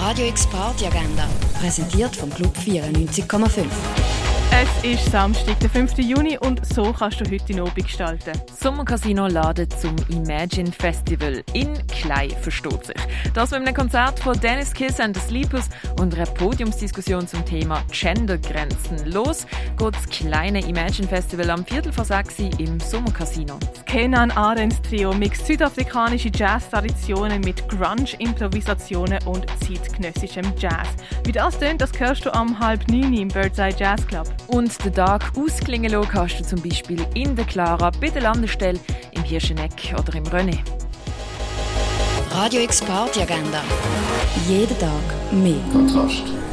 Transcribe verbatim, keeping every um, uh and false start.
Radio X Party Agenda, präsentiert vom Club vierundneunzig Komma fünf. Es ist Samstag, der fünften Juni, und so kannst du heute den Abend gestalten. Sommercasino ladet zum Imagine Festival. In Klei versteht sich. Das mit einem Konzert von Dennis Kiss and the Sleepers und einer Podiumsdiskussion zum Thema Gendergrenzen. Los geht das kleine Imagine Festival am Viertel vor sechs im Sommercasino. Das Kenan Arends Trio mixt südafrikanische Jazz-Traditionen mit Grunge-Improvisationen und zeitgenössischem Jazz. Wie das tönt, das hörst du am halb neun im Birdseye Jazz Club. Und den Tag ausklingen lassen kannst du zum Beispiel in der Clara, bei der Landestelle, im Hirscheneck oder im René. Radio X Party Agenda. Jeden Tag mehr Kontrast.